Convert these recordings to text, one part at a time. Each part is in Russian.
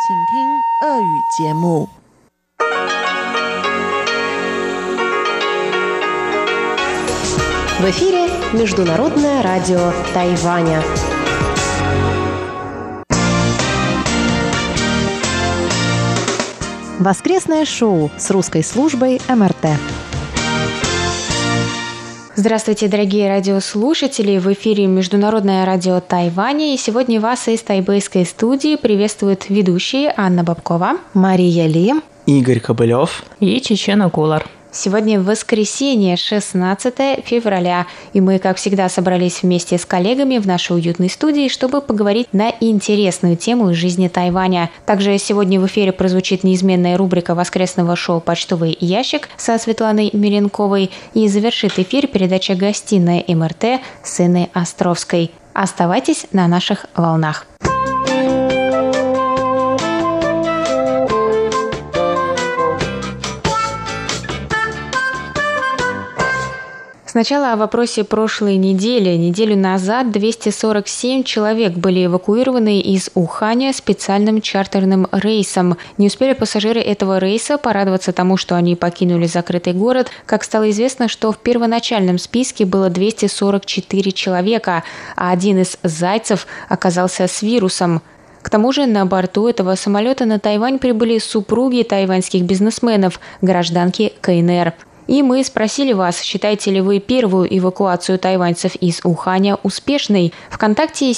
请听俄语节目。 В эфире Международное радио Тайваня. Воскресное шоу с русской службой МРТ. Здравствуйте, дорогие радиослушатели! В эфире Международное радио Тайваня. И сегодня вас из тайбэйской студии приветствуют ведущие Анна Бабкова, Мария Ли, Игорь Кобылев и Чечена Кулар. Сегодня воскресенье, 16 февраля, и мы, как всегда, собрались вместе с коллегами в нашей уютной студии, чтобы поговорить на интересную тему из жизни Тайваня. Также сегодня в эфире прозвучит неизменная рубрика воскресного шоу «Почтовый ящик» со Светланой Миренковой, и завершит эфир передача «Гостиная МРТ» с Инной Островской. Оставайтесь на наших волнах. Сначала о вопросе прошлой недели. Неделю назад 247 человек были эвакуированы из Уханя специальным чартерным рейсом. Не успели пассажиры этого рейса порадоваться тому, что они покинули закрытый город, как стало известно, что в первоначальном списке было 244 человека, а один из зайцев оказался с вирусом. К тому же на борту этого самолета на Тайвань прибыли супруги тайваньских бизнесменов, гражданки КНР. И мы спросили вас, считаете ли вы первую эвакуацию тайваньцев из Уханя успешной? ВКонтакте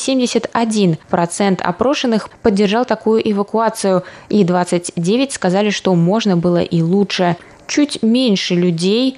71% опрошенных поддержал такую эвакуацию, и 29% сказали, что можно было и лучше. Чуть меньше людей,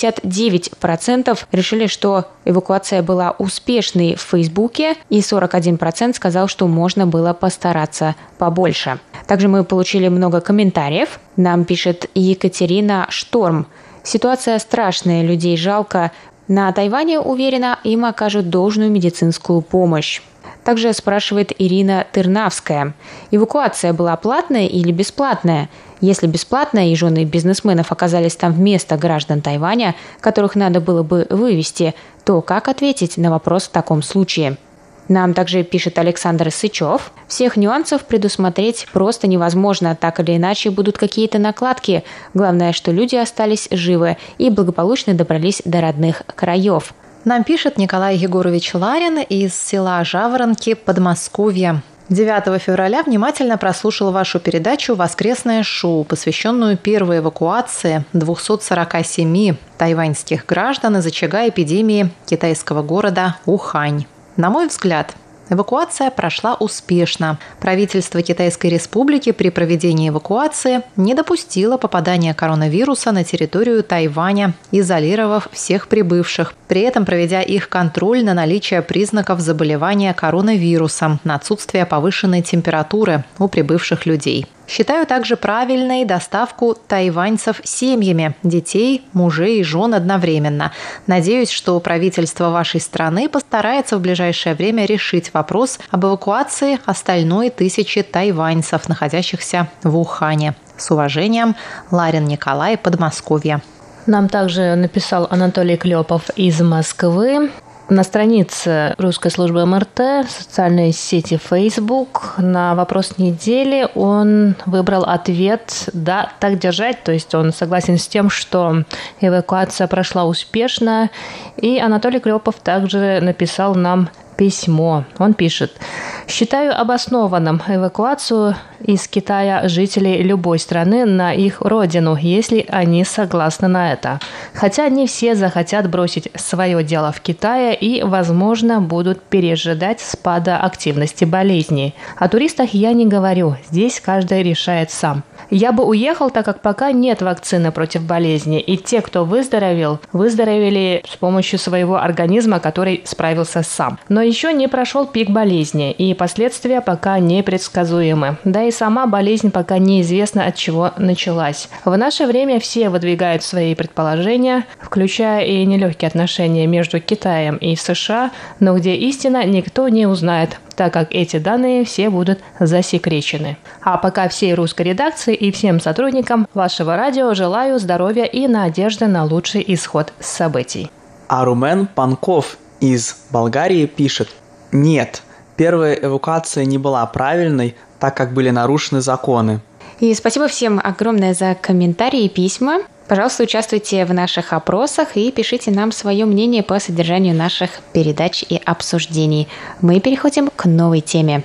59%, решили, что эвакуация была успешной в Фейсбуке, и 41% сказал, что можно было постараться побольше. Также мы получили много комментариев. Нам пишет Екатерина Шторм. Ситуация страшная, людей жалко. На Тайване, уверена, им окажут должную медицинскую помощь. Также спрашивает Ирина Тырнавская. Эвакуация была платная или бесплатная? Если бесплатная и жены бизнесменов оказались там вместо граждан Тайваня, которых надо было бы вывести, то как ответить на вопрос в таком случае? Нам также пишет Александр Сычев. Всех нюансов предусмотреть просто невозможно, так или иначе будут какие-то накладки. Главное, что люди остались живы и благополучно добрались до родных краев. Нам пишет Николай Егорович Ларин из села Жаворонки, Подмосковья. 9 февраля внимательно прослушал вашу передачу «Воскресное шоу», посвященную первой эвакуации 247 тайваньских граждан из очага эпидемии китайского города Ухань. На мой взгляд, эвакуация прошла успешно. Правительство Китайской Республики при проведении эвакуации не допустило попадания коронавируса на территорию Тайваня, изолировав всех прибывших, при этом проведя их контроль на наличие признаков заболевания коронавирусом, на отсутствие повышенной температуры у прибывших людей. Считаю также правильной доставку тайваньцев семьями, детей, мужей и жен одновременно. Надеюсь, что правительство вашей страны постарается в ближайшее время решить вопрос об эвакуации остальной тысячи тайваньцев, находящихся в Ухане. С уважением, Ларин Николай, Подмосковье. Нам также написал Анатолий Клепов из Москвы. На странице русской службы МРТ в социальной сети Facebook на вопрос недели он выбрал ответ «да, так держать», то есть он согласен с тем, что эвакуация прошла успешно. И Анатолий Клепов также написал нам письмо. Он пишет: «Считаю обоснованным эвакуацию из Китая жителей любой страны на их родину, если они согласны на это. Хотя не все захотят бросить свое дело в Китае и, возможно, будут пережидать спада активности болезни. О туристах я не говорю, здесь каждый решает сам. Я бы уехал, так как пока нет вакцины против болезни, и те, кто выздоровел, выздоровели с помощью своего организма, который справился сам. Но еще не прошел пик болезни, и последствия пока непредсказуемы. Да и сама болезнь пока неизвестно, от чего началась. В наше время все выдвигают свои предположения, включая и нелегкие отношения между Китаем и США, но где истина, никто не узнает, так как эти данные все будут засекречены. А пока всей русской редакции и всем сотрудникам вашего радио желаю здоровья и надежды на лучший исход событий». А Румен Панков из Болгарии пишет: «Нет, первая эвакуация не была правильной, так как были нарушены законы. И спасибо всем огромное за комментарии и письма. Пожалуйста, участвуйте в наших опросах и пишите нам свое мнение по содержанию наших передач и обсуждений. Мы переходим к новой теме.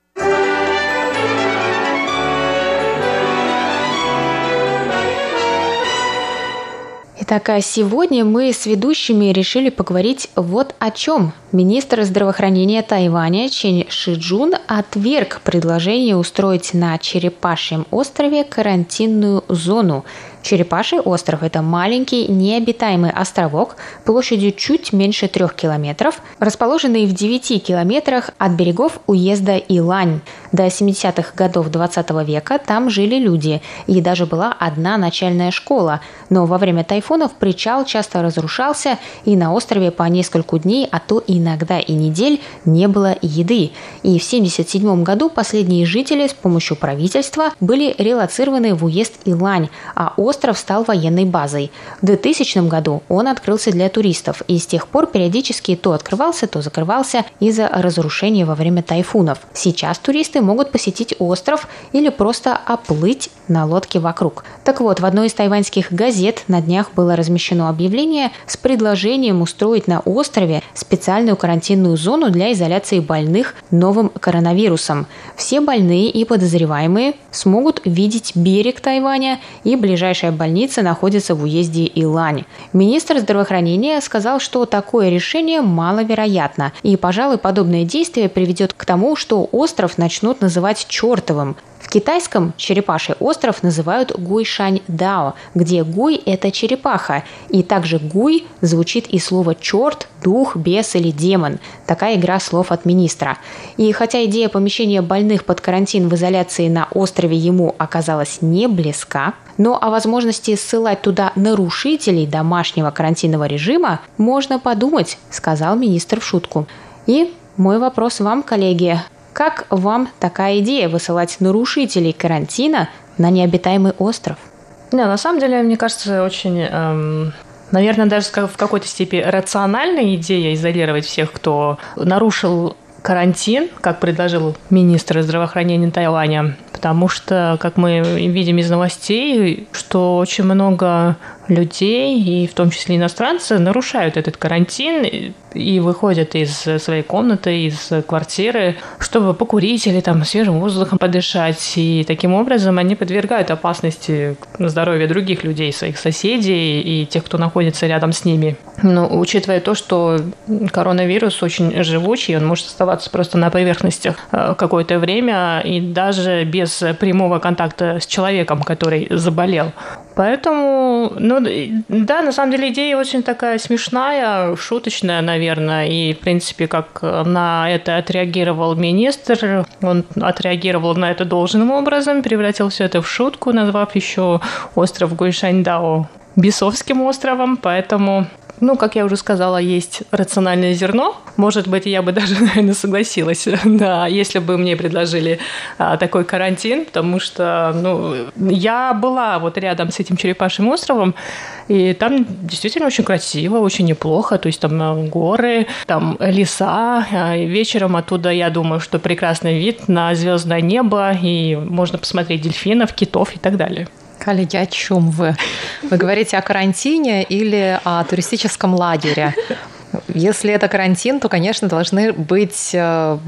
Итак, сегодня мы с ведущими решили поговорить вот о чем. Министр здравоохранения Тайваня Чен Шиджун отверг предложение устроить на Черепашьем острове карантинную зону. Черепаший остров – это маленький необитаемый островок площадью чуть меньше 3 километров, расположенный в 9 километрах от берегов уезда Илань. До 70-х годов 20 века там жили люди, и даже была одна начальная школа. Но во время тайфунов причал часто разрушался, и на острове по нескольку дней, а то иногда и недель, не было еды. И в 1977 году последние жители с помощью правительства были релоцированы в уезд Илань, а остров стал военной базой. В 2000 году он открылся для туристов, и с тех пор периодически то открывался, то закрывался из-за разрушения во время тайфунов. Сейчас туристы могут посетить остров или просто оплыть на лодке вокруг. Так вот, в одной из тайваньских газет на днях было размещено объявление с предложением устроить на острове специальную карантинную зону для изоляции больных новым коронавирусом. Все больные и подозреваемые смогут видеть берег Тайваня, и ближайшая больница находится в уезде Илань. Министр здравоохранения сказал, что такое решение маловероятно, и, пожалуй, подобное действие приведет к тому, что остров начнут называть чертовым. В китайском черепаший остров называют Гуйшань-дао, где гуй – это черепаха, и также гуй звучит и слово «черт», «дух», «бес» или «демон». Такая игра слов от министра. И хотя идея помещения больных под карантин в изоляции на острове ему оказалась не близка, но о возможности ссылать туда нарушителей домашнего карантинного режима можно подумать, сказал министр в шутку. И мой вопрос вам, коллеги. Как вам такая идея высылать нарушителей карантина на необитаемый остров? Да, на самом деле, мне кажется, очень, наверное, даже в какой-то степени рациональная идея изолировать всех, кто нарушил карантин, как предложил министр здравоохранения Тайваня, потому что, как мы видим из новостей, что очень много людей, и в том числе иностранцы, нарушают этот карантин и выходят из своей комнаты, из квартиры, чтобы покурить или там свежим воздухом подышать. И таким образом они подвергают опасности здоровья других людей, своих соседей и тех, кто находится рядом с ними. Но учитывая то, что коронавирус очень живучий, он может оставаться просто на поверхностях какое-то время и даже без прямого контакта с человеком, который заболел. Поэтому, да, на самом деле идея очень такая смешная, шуточная, наверное, и, в принципе, как на это отреагировал министр, он отреагировал на это должным образом, превратил все это в шутку, назвав еще остров Гуйшань-дао бесовским островом, поэтому... как я уже сказала, есть рациональное зерно. Может быть, я бы даже, наверное, согласилась, да, если бы мне предложили такой карантин, потому что, я была вот рядом с этим Черепашьим островом, и там действительно очень красиво, очень неплохо, то есть там горы, там леса, вечером оттуда, я думаю, что прекрасный вид на звездное небо, и можно посмотреть дельфинов, китов и так далее. Коллеги, о чем вы? Вы говорите о карантине или о туристическом лагере? Если это карантин, то, конечно, должны быть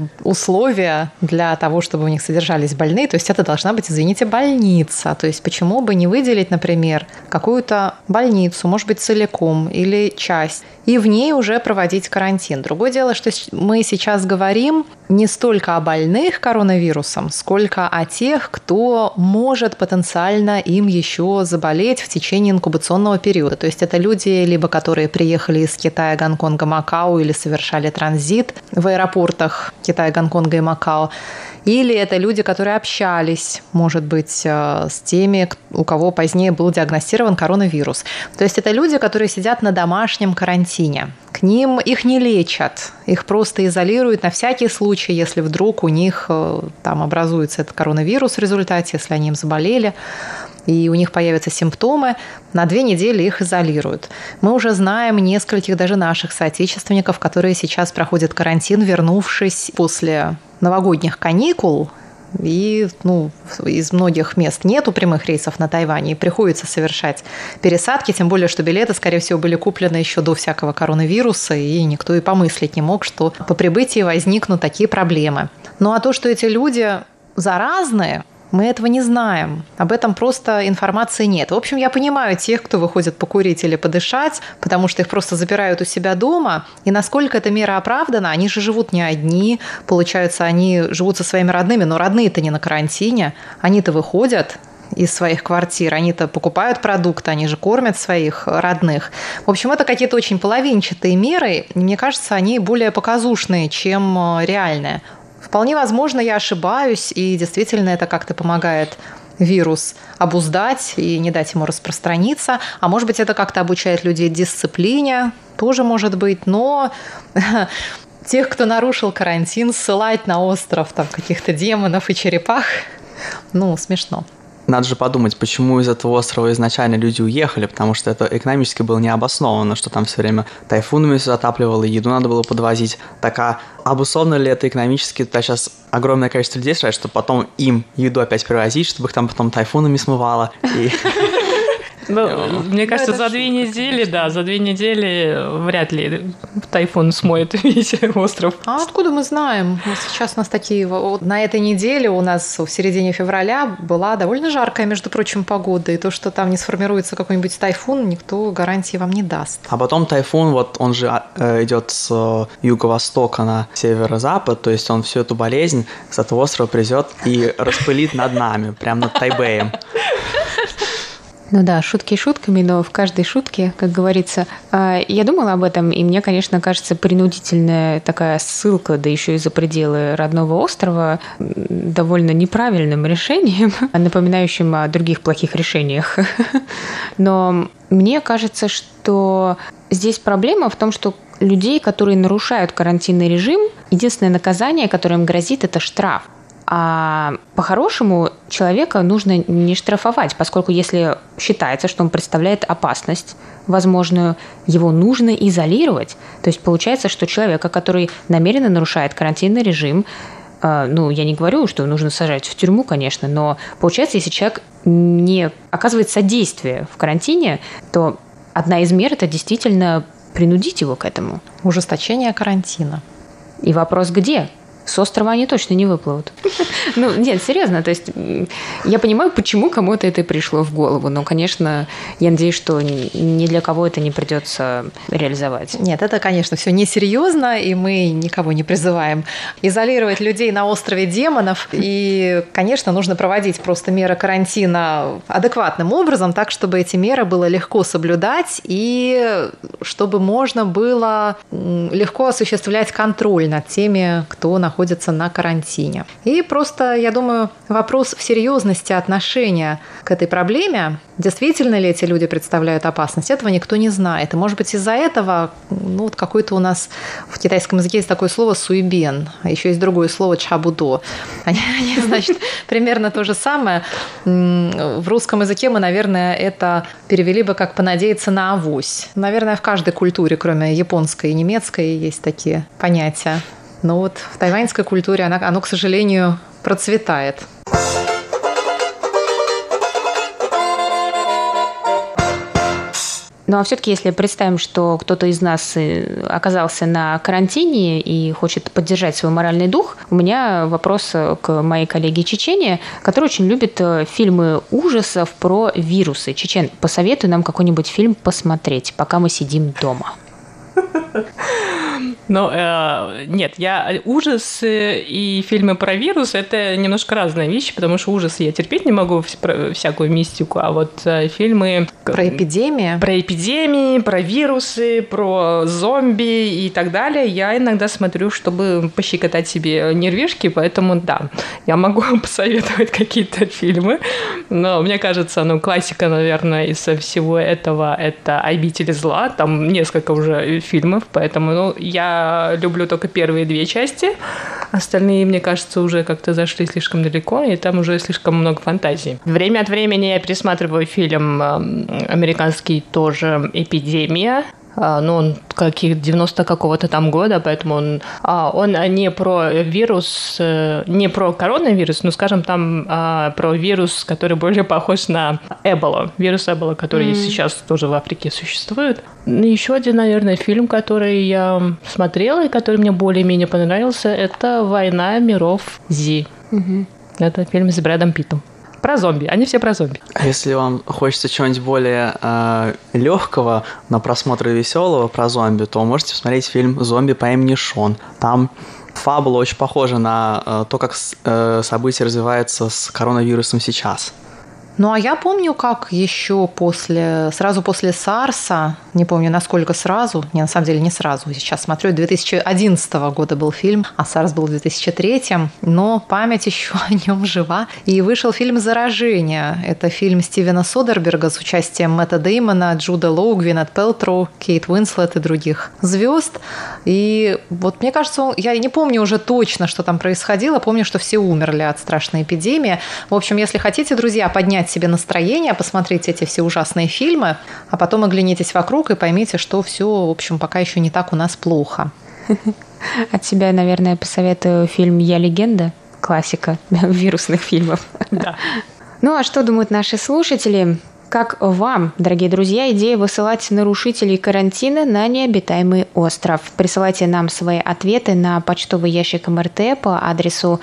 условия для того, чтобы у них содержались больные. То есть это должна быть, извините, больница. То есть почему бы не выделить, например, какую-то больницу, может быть, целиком или часть, и в ней уже проводить карантин. Другое дело, что мы сейчас говорим не столько о больных коронавирусом, сколько о тех, кто может потенциально им еще заболеть в течение инкубационного периода. То есть это люди, либо которые приехали из Китая, Гонконга, Макао или совершали транзит в аэропортах Китая, Гонконга и Макао, или это люди, которые общались, может быть, с теми, у кого позднее был диагностирован коронавирус. То есть это люди, которые сидят на домашнем карантине. К ним их не лечат, их просто изолируют на всякий случай, если вдруг у них там образуется этот коронавирус в результате, если они им заболели, и у них появятся симптомы, на 2 недели их изолируют. Мы уже знаем нескольких даже наших соотечественников, которые сейчас проходят карантин, вернувшись после новогодних каникул И из многих мест нету прямых рейсов на Тайвань, и приходится совершать пересадки, тем более, что билеты, скорее всего, были куплены еще до всякого коронавируса, и никто и помыслить не мог, что по прибытии возникнут такие проблемы. Ну а то, что эти люди заразные, мы этого не знаем. Об этом просто информации нет. В общем, я понимаю тех, кто выходит покурить или подышать, потому что их просто запирают у себя дома. И насколько эта мера оправдана, они же живут не одни. Получается, они живут со своими родными, но родные-то не на карантине. Они-то выходят из своих квартир, они-то покупают продукты, они же кормят своих родных. В общем, это какие-то очень половинчатые меры. Мне кажется, они более показушные, чем реальные. Вполне возможно, я ошибаюсь, и действительно это как-то помогает вирус обуздать и не дать ему распространиться. А может быть, это как-то обучает людей дисциплине, тоже может быть. Но тех, кто нарушил карантин, ссылать на остров там каких-то демонов и черепах, смешно. Надо же подумать, почему из этого острова изначально люди уехали, потому что это экономически было необоснованно, что там все время тайфунами все затапливало, и еду надо было подвозить. Так а обусловлено ли это экономически? Туда сейчас огромное количество людей строят, чтобы потом им еду опять привозить, чтобы их там потом тайфунами смывало. Мне кажется, за 2 недели вряд ли тайфун смоет весь остров. А откуда мы знаем? Сейчас у нас такие... На этой неделе у нас в середине февраля была довольно жаркая, между прочим, погода. И то, что там не сформируется какой-нибудь тайфун, никто гарантии вам не даст. А потом тайфун, он же идет с юго-востока на северо-запад, то есть он всю эту болезнь с этого острова привезет и распылит над нами, прямо над Тайбэем. Ну да, шутки шутками, но в каждой шутке, как говорится, я думала об этом, и мне, конечно, кажется, принудительная такая ссылка, да еще и за пределы родного острова, довольно неправильным решением, напоминающим о других плохих решениях. Но мне кажется, что здесь проблема в том, что людей, которые нарушают карантинный режим, единственное наказание, которое им грозит, это штраф. А по-хорошему человека нужно не штрафовать, поскольку если считается, что он представляет опасность возможную, его нужно изолировать. То есть получается, что человека, который намеренно нарушает карантинный режим, я не говорю, что нужно сажать в тюрьму, конечно, но получается, если человек не оказывает содействие в карантине, то одна из мер – это действительно принудить его к этому. Ужесточение карантина. И вопрос где? С острова они точно не выплывут. Нет, серьезно, то есть я понимаю, почему кому-то это пришло в голову, но, конечно, я надеюсь, что ни для кого это не придется реализовать. Нет, это, конечно, все несерьезно, и мы никого не призываем изолировать людей на острове демонов. И, конечно, нужно проводить просто меры карантина адекватным образом, так, чтобы эти меры было легко соблюдать и чтобы можно было легко осуществлять контроль над теми, кто находится на карантине. И просто, я думаю, вопрос в серьезности отношения к этой проблеме, действительно ли эти люди представляют опасность, этого никто не знает. И, может быть, из-за этого, какой-то у нас в китайском языке есть такое слово «суйбен», а еще есть другое слово «чабудо». Они значит, примерно то же самое. В русском языке мы, наверное, это перевели бы как «понадеяться на авось». Наверное, в каждой культуре, кроме японской и немецкой, есть такие понятия. Но в тайваньской культуре оно, к сожалению, процветает. Ну а все-таки, если представим, что кто-то из нас оказался на карантине и хочет поддержать свой моральный дух, у меня вопрос к моей коллеге Чечене, которая очень любит фильмы ужасов про вирусы. Чечен, посоветуй нам какой-нибудь фильм посмотреть, пока мы сидим дома. Нет, ужасы и фильмы про вирус – это немножко разные вещи, потому что ужасы я терпеть не могу, всякую мистику, а вот фильмы… Про эпидемии? Про эпидемии, про вирусы, про зомби и так далее я иногда смотрю, чтобы пощекотать себе нервишки, поэтому да, я могу посоветовать какие-то фильмы, но мне кажется, классика, наверное, из всего этого – это «Обитель зла», там несколько уже фильмов, поэтому я люблю только первые 2 части. Остальные, мне кажется, уже как-то зашли слишком далеко, и там уже слишком много фантазий. Время от времени я пересматриваю фильм американский тоже «Эпидемия». он каких 90 какого-то там года, поэтому он не про вирус, не про коронавирус, но, скажем, там про вирус, который более похож на Эболу, вирус Эбола, который сейчас тоже в Африке существует. Еще один, наверное, фильм, который я смотрела и который мне более-менее понравился, это «Война миров Зи». Это фильм с Брэдом Питтом. Про зомби. Они все про зомби. А если вам хочется чего-нибудь более легкого, на просмотр веселого про зомби, то можете посмотреть фильм «Зомби по имени Шон». Там фабула очень похожа на то, как события развиваются с коронавирусом сейчас. Ну, а я помню, как еще сразу после САРСа, не помню, насколько сразу, на самом деле не сразу, сейчас смотрю, 2011 года был фильм, а САРС был в 2003, но память еще о нем жива. И вышел фильм «Заражение». Это фильм Стивена Содерберга с участием Мэтта Деймона, Джуда Лоу, Гвинет Пэлтроу, Кейт Уинслет и других звезд. И вот мне кажется, я не помню уже точно, что там происходило, помню, что все умерли от страшной эпидемии. В общем, если хотите, друзья, поднять себе настроение, посмотрите эти все ужасные фильмы, а потом оглянитесь вокруг и поймите, что все, в общем, пока еще не так у нас плохо. От себя, наверное, посоветую фильм «Я легенда», классика вирусных фильмов. Да. Ну, а что думают наши слушатели? Как вам, дорогие друзья, идея высылать нарушителей карантина на необитаемый остров? Присылайте нам свои ответы на почтовый ящик МРТ по адресу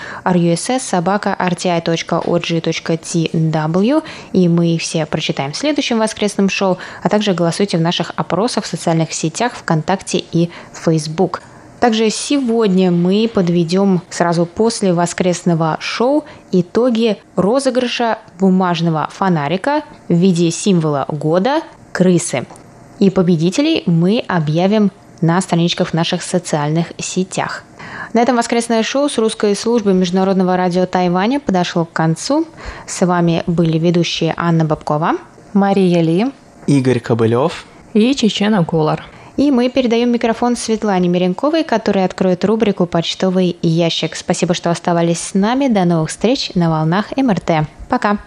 russ@rti.org.tw, и мы их все прочитаем в следующем воскресном шоу, а также голосуйте в наших опросах в социальных сетях ВКонтакте и Facebook. Также сегодня мы подведем сразу после воскресного шоу итоги розыгрыша бумажного фонарика в виде символа года крысы. И победителей мы объявим на страничках в наших социальных сетях. На этом воскресное шоу с русской службы Международного радио Тайваня подошло к концу. С вами были ведущие Анна Бабкова, Мария Ли, Игорь Кобылев И Чечена Кулар. И мы передаем микрофон Светлане Меренковой, которая откроет рубрику «Почтовый ящик». Спасибо, что оставались с нами. До новых встреч на волнах МРТ. Пока.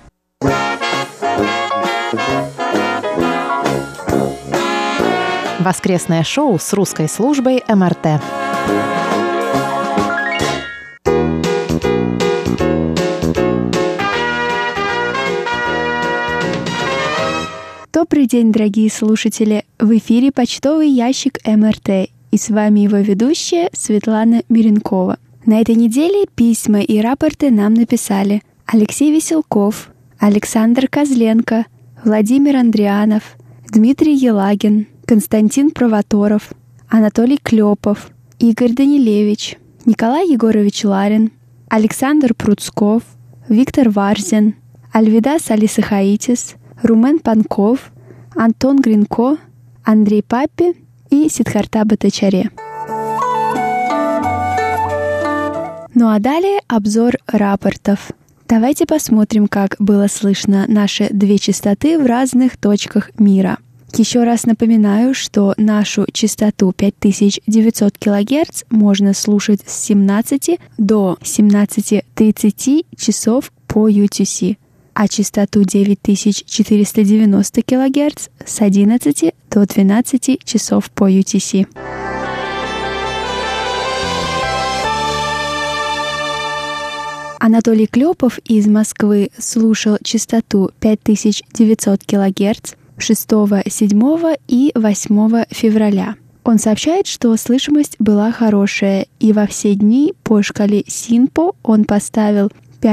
Воскресное шоу с русской службой МРТ. Добрый день, дорогие слушатели! В эфире почтовый ящик МРТ, и с вами его ведущая Светлана Меренкова. На этой неделе письма и рапорты нам написали Алексей Веселков, Александр Козленко, Владимир Андрианов, Дмитрий Елагин, Константин Провоторов, Анатолий Клепов, Игорь Данилевич, Николай Егорович Ларин, Александр Пруцков, Виктор Варзин, Альвидас Алисахаитис, Румен Панков, Антон Гринко, Андрей Папи и Сиддхарта Батачаре. Ну а далее обзор рапортов. Давайте посмотрим, как было слышно наши две частоты в разных точках мира. Еще раз напоминаю, что нашу частоту 5900 кГц можно слушать с 17 до 17:30 часов по UTC, а частоту 9490 кГц с 11 до 12 часов по UTC. Анатолий Клепов из Москвы слушал частоту 5900 кГц 6, 7 и 8 февраля. Он сообщает, что слышимость была хорошая, и во все дни по шкале СИНПО он поставил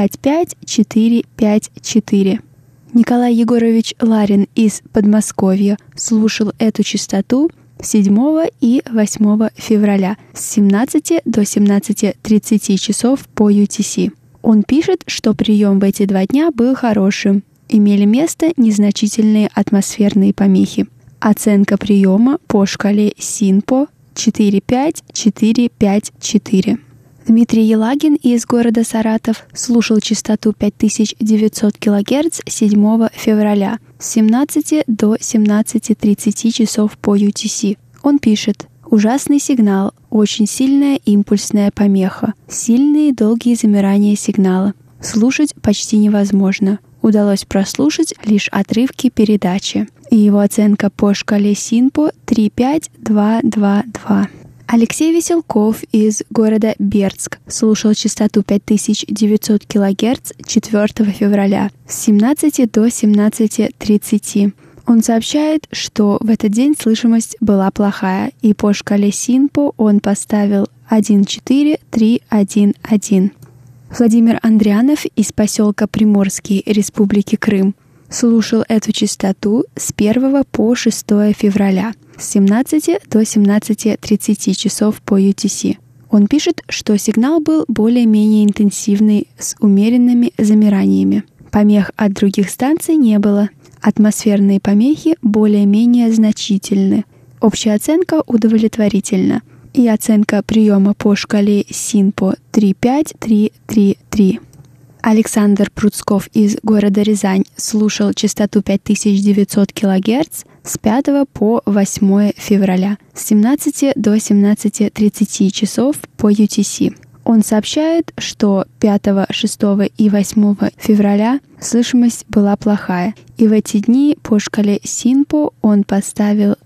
55454. Николай Егорович Ларин из Подмосковья слушал эту частоту 7 и 8 февраля с 17 до 17:30 часов по UTC. Он пишет, что прием в эти 2 дня был хорошим. Имели место незначительные атмосферные помехи. Оценка приема по шкале СИНПО 45454. Дмитрий Елагин из города Саратов слушал частоту 5900 кГц 7 февраля с 17 до 17:30 часов по UTC. Он пишет: «Ужасный сигнал, очень сильная импульсная помеха, сильные долгие замирания сигнала. Слушать почти невозможно. Удалось прослушать лишь отрывки передачи. и его оценка по шкале СИНПО 35222. Алексей Веселков из города Бердск слушал частоту 5900 кГц 4 февраля с 17 до 17:30. Он сообщает, что в этот день слышимость была плохая, и по шкале СИНПО он поставил 14311. Владимир Андрянов из поселка Приморский Республики Крым слушал эту частоту с 1 по 6 февраля с 17 до 17:30 часов по UTC. Он пишет, что сигнал был более-менее интенсивный с умеренными замираниями. Помех от других станций не было. Атмосферные помехи более-менее значительны. Общая оценка удовлетворительна. И оценка приема по шкале СИНПО 35333. Александр Пруцков из города Рязань слушал частоту 5900 кГц с 5 по 8 февраля с 17 до 17:30 часов по UTC. Он сообщает, что 5, 6 и 8 февраля слышимость была плохая, и в эти дни по шкале СИНПО он поставил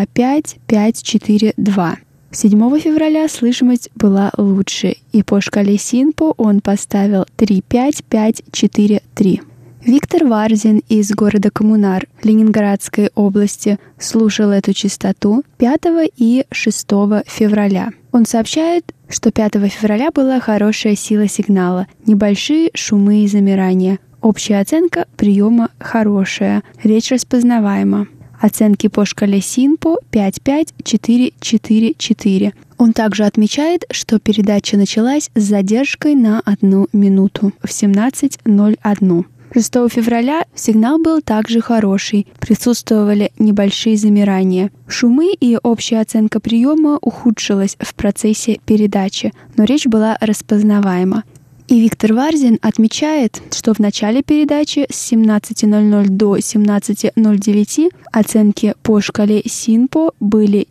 25542. 7 февраля слышимость была лучше, и по шкале СИНПО он поставил 35543. Виктор Варзин из города Коммунар Ленинградской области слушал эту частоту 5 и 6 февраля. Он сообщает, что 5 февраля была хорошая сила сигнала, небольшие шумы и замирания. Общая оценка приема хорошая, речь распознаваема. Оценки по шкале СИНПО 55444. Он также отмечает, что передача началась с задержкой на 1 минуту в 17:01. 6 февраля сигнал был также хороший, присутствовали небольшие замирания. Шумы и общая оценка приема ухудшилась в процессе передачи, но речь была распознаваема. И Виктор Варзин отмечает, что в начале передачи с 17:00 до 17:09 оценки по шкале СИНПО были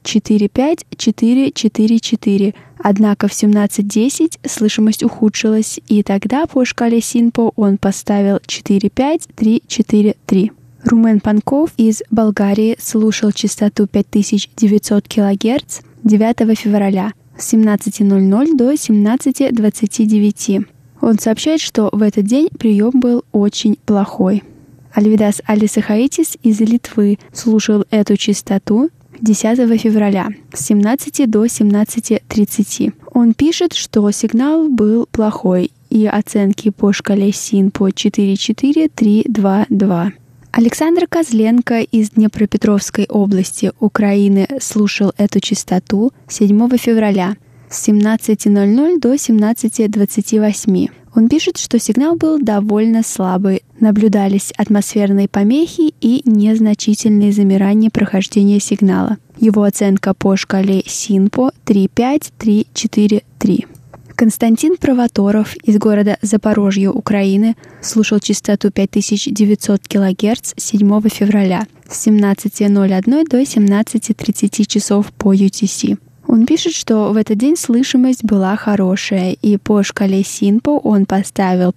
45444, однако в 17:10 слышимость ухудшилась, и тогда по шкале СИНПО он поставил 45343. Румен Панков из Болгарии слушал частоту 5900 кГц 9 февраля с 17:00 до 17:29. Он сообщает, что в этот день прием был очень плохой. Альвидас Алисахаитис из Литвы слушал эту частоту 10 февраля с 17 до 17:30. Он пишет, что сигнал был плохой, и оценки по шкале СИНПО 44322. Александр Козленко из Днепропетровской области Украины слушал эту частоту 7 февраля с 17:00 до 17:28. Он пишет, что сигнал был довольно слабый, наблюдались атмосферные помехи и незначительные замирания прохождения сигнала. Его оценка по шкале СИНПО 35343. Константин Провоторов из города Запорожье, Украины, слушал частоту 5900 кГц 7 февраля с 17:01 до 17:30 часов по UTC. Он пишет, что в этот день слышимость была хорошая, и по шкале СИНПО он поставил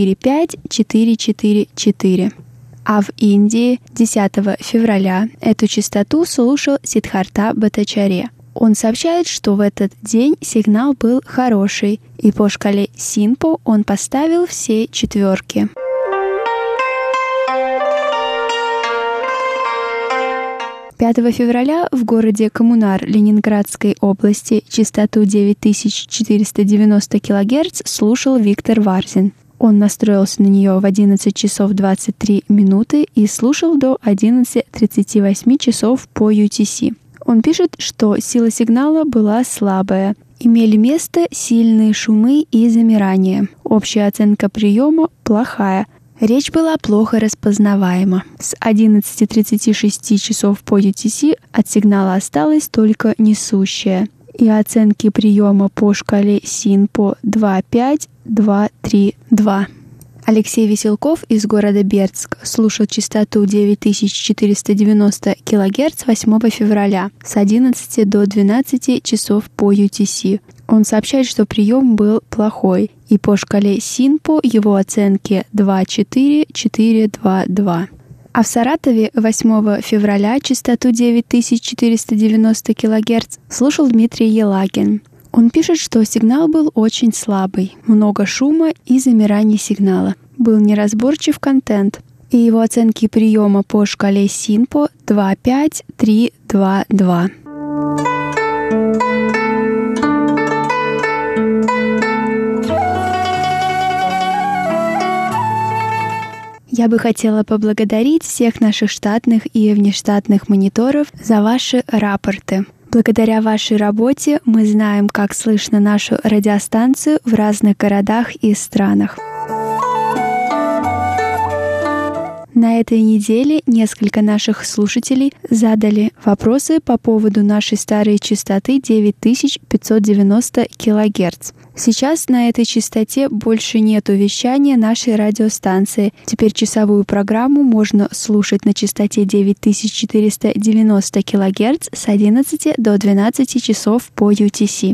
45444. А в Индии 10 февраля эту частоту слушал Сиддхарта Баттачарья. Он сообщает, что в этот день сигнал был хороший, и по шкале СИНПО он поставил все 4. 5 февраля в городе Коммунар Ленинградской области частоту 9490 кГц слушал Виктор Варзин. Он настроился на нее в 11 часов 23 минуты и слушал до 11:38 часов по UTC. Он пишет, что сила сигнала была слабая. Имели место сильные шумы и замирания. Общая оценка приема плохая. Речь была плохо распознаваема. С 11:36 часов по UTC от сигнала осталась только несущая. И оценки приема по шкале СИНПО 25232. Алексей Веселков из города Бердск слушал частоту 9490 кГц 8 февраля с 11 до 12 часов по UTC. Он сообщает, что прием был плохой, и по шкале СИНПО его оценки 24422. А в Саратове 8 февраля частоту 9490 кГц слушал Дмитрий Елагин. Он пишет, что сигнал был очень слабый, много шума и замираний сигнала. Был неразборчив контент. И его оценки приема по шкале СИНПО 2.5-3.2.2. Я бы хотела поблагодарить всех наших штатных и внештатных мониторов за ваши рапорты. Благодаря вашей работе мы знаем, как слышно нашу радиостанцию в разных городах и странах. На этой неделе несколько наших слушателей задали вопросы по поводу нашей старой частоты 9590 кГц. Сейчас на этой частоте больше нет вещания нашей радиостанции. Теперь часовую программу можно слушать на частоте 9490 кГц с 11 до 12 часов по UTC.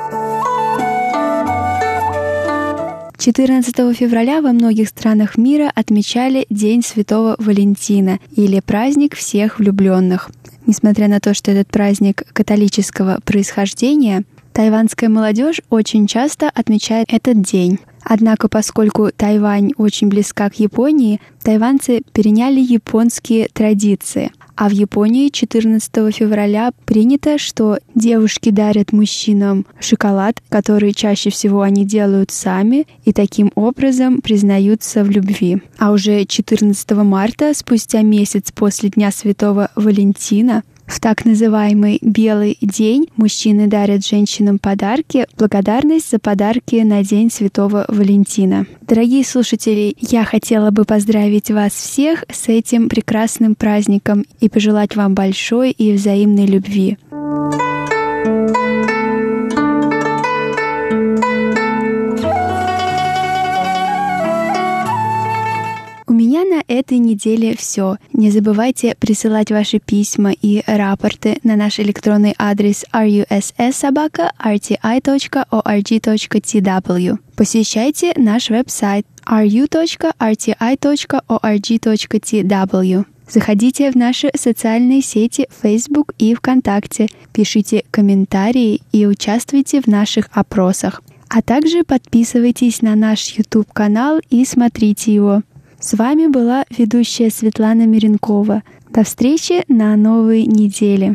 14 февраля во многих странах мира отмечали День Святого Валентина или праздник всех влюбленных. Несмотря на то, что этот праздник католического происхождения, тайванская молодежь очень часто отмечает этот день. Однако, поскольку Тайвань очень близка к Японии, тайваньцы переняли японские традиции. А в Японии 14 февраля принято, что девушки дарят мужчинам шоколад, который чаще всего они делают сами, и таким образом признаются в любви. А уже 14 марта, спустя месяц после Дня Святого Валентина, в так называемый «Белый день» мужчины дарят женщинам подарки в благодарность за подарки на День Святого Валентина. Дорогие слушатели, я хотела бы поздравить вас всех с этим прекрасным праздником и пожелать вам большой и взаимной любви. У меня на этой неделе все. Не забывайте присылать ваши письма и рапорты на наш электронный адрес russ@rti.org.tw. Посещайте наш веб-сайт ru.rti.org.tw. Заходите в наши социальные сети Facebook и ВКонтакте, пишите комментарии и участвуйте в наших опросах. А также подписывайтесь на наш YouTube-канал и смотрите его. С вами была ведущая Светлана Миренкова. До встречи на новой неделе.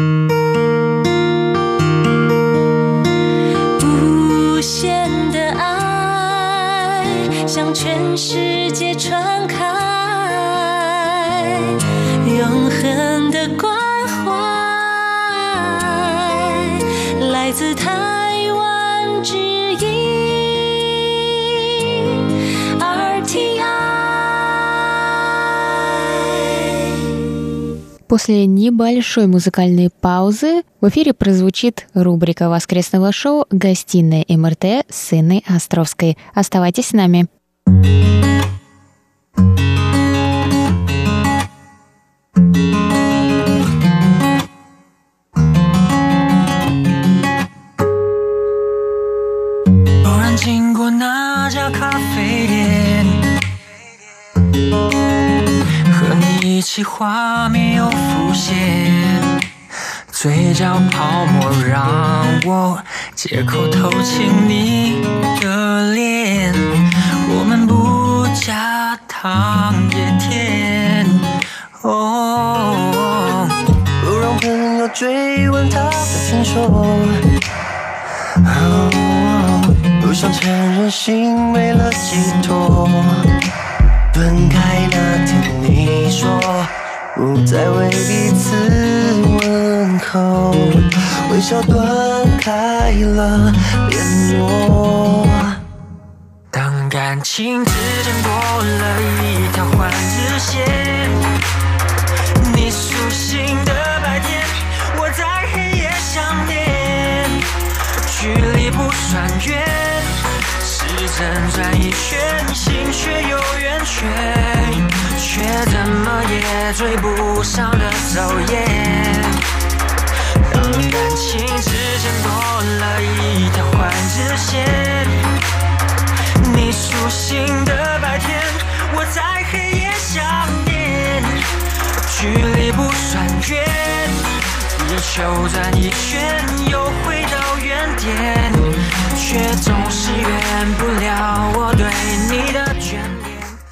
无限的爱向全世界传开，永恒的关怀来自台湾之音 RTI。 После небольшой музыкальной паузы в эфире прозвучит рубрика воскресного шоу «Гостиная МРТ» с Инной Островской. Оставайтесь с нами. 偶然经过那家咖啡店，和你一起画面又浮现，嘴角泡沫让我借口偷亲你的脸，我们不加糖也甜，哦，不让朋友追问他的感受，哦，不想承认心没了寄托。分开那天你说不再为彼此问候，微笑断开了联络。当感情之间多了一条换日线，你苏醒的白天，我在黑夜想念，距离不算远，时针转一圈，心却有圆圈，却怎么也追不上的走眼。当感情之间多了一条换日线，你苏醒的白天，我在黑夜想念， 距离不算远，地球转一圈又回到原点，却总是圆不了我对你的眷恋。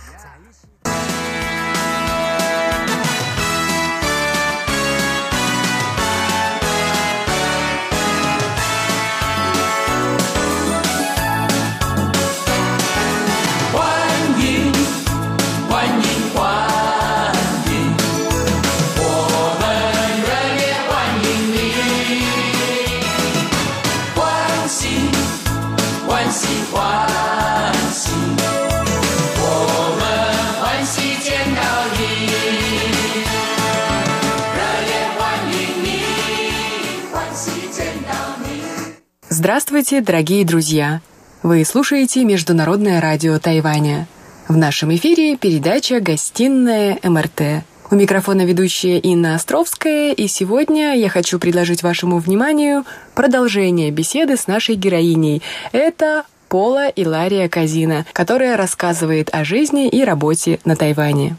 Здравствуйте, дорогие друзья! Вы слушаете Международное радио Тайваня. В нашем эфире передача «Гостиная МРТ». У микрофона ведущая Инна Островская, и сегодня я хочу предложить вашему вниманию продолжение беседы с нашей героиней. Это Пола Илария Казина, которая рассказывает о жизни и работе на Тайване.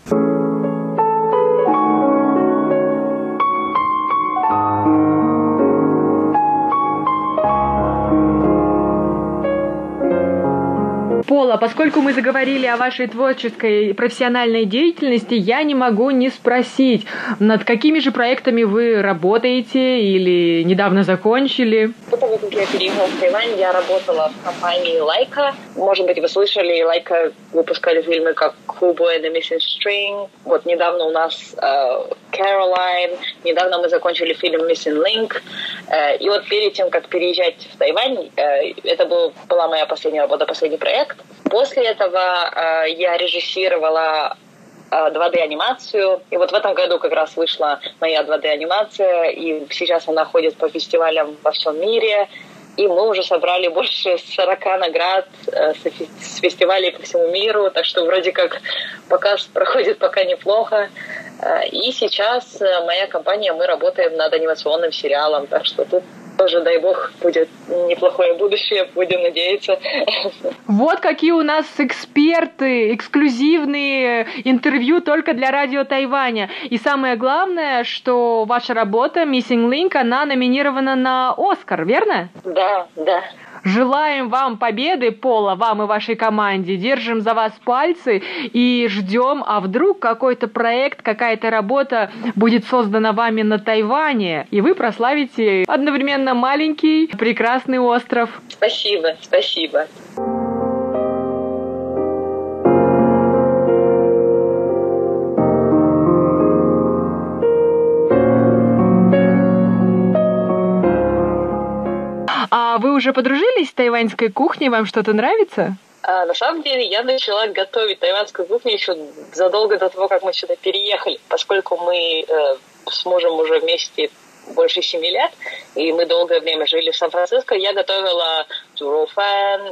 Пола, поскольку мы заговорили о вашей творческой и профессиональной деятельности, я не могу не спросить, над какими же проектами вы работаете или недавно закончили? До того, как я переехала в Тайвань, я работала в компании Leica. Может быть, вы слышали, Leica выпускали фильмы как Kubo and the Missing String. Вот недавно у нас Caroline. Недавно мы закончили фильм Missing Link. И вот перед тем, как переезжать в Тайвань, это была моя последняя работа, последний проект. После этого я режиссировала 2D-анимацию. И вот в этом году как раз вышла моя 2D-анимация, и сейчас она ходит по фестивалям во всем мире. И мы уже собрали больше 40 наград с фестивалей по всему миру, так что вроде как показ проходит пока неплохо. И сейчас моя компания, мы работаем над анимационным сериалом, так что тут тоже, дай бог, будет неплохое будущее, будем надеяться. Вот какие у нас эксперты, эксклюзивные интервью только для радио Тайваня. И самое главное, что ваша работа Missing Link, она номинирована на Оскар, верно? Да, да. Желаем вам победы, Пола, вам и вашей команде. Держим за вас пальцы и ждем, а вдруг какой-то проект, какая-то работа будет создана вами на Тайване, и вы прославите одновременно маленький прекрасный остров. Спасибо, спасибо. А вы уже подружились с тайваньской кухней? Вам что-то нравится? На самом деле я начала готовить тайваньскую кухню еще задолго до того, как мы сюда переехали, поскольку мы с мужем уже вместе больше 7 лет, и мы долгое время жили в Сан-Франциско. Я готовила журофан,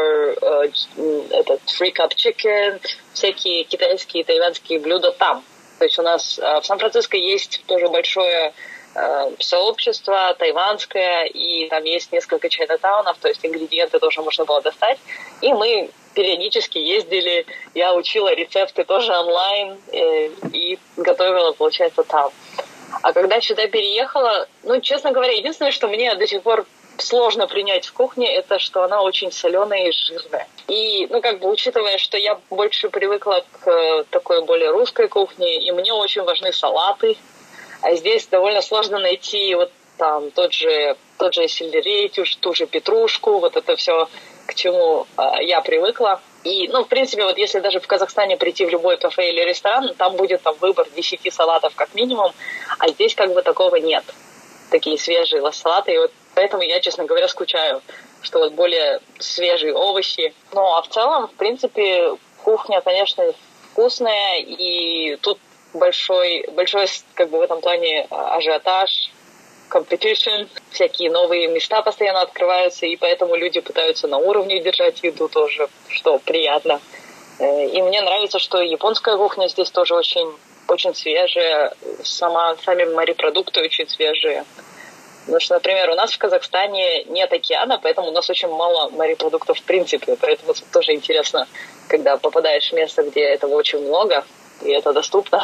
этот free cup chicken, всякие китайские и тайваньские блюда там. То есть у нас в Сан-Франциско есть тоже большое сообщество тайванское, и там есть несколько чайнатаунов, то есть ингредиенты тоже можно было достать. И мы периодически ездили, я учила рецепты тоже онлайн и готовила, получается, там. А когда сюда переехала, честно говоря, единственное, что мне до сих пор сложно принять в кухне, это что она очень соленая и жирная. И, учитывая, что я больше привыкла к такой более русской кухне, и мне очень важны салаты, а здесь довольно сложно найти вот там тот же сельдерей, ту же петрушку, вот это все, к чему я привыкла. И, в принципе, вот если даже в Казахстане прийти в любой кафе или ресторан, там будет выбор 10 салатов как минимум, а здесь такого нет. Такие свежие салаты, и вот поэтому я, честно говоря, скучаю, что вот более свежие овощи. А в целом, в принципе, кухня, конечно, вкусная, и тут большой в этом плане ажиотаж, competition, всякие новые места постоянно открываются, и поэтому люди пытаются на уровне держать еду тоже, что приятно. И мне нравится, что японская кухня здесь тоже очень, очень свежая, сами морепродукты очень свежие. Потому что, например, у нас в Казахстане нет океана, поэтому у нас очень мало морепродуктов в принципе, поэтому тоже интересно, когда попадаешь в место, где этого очень много, и это доступно.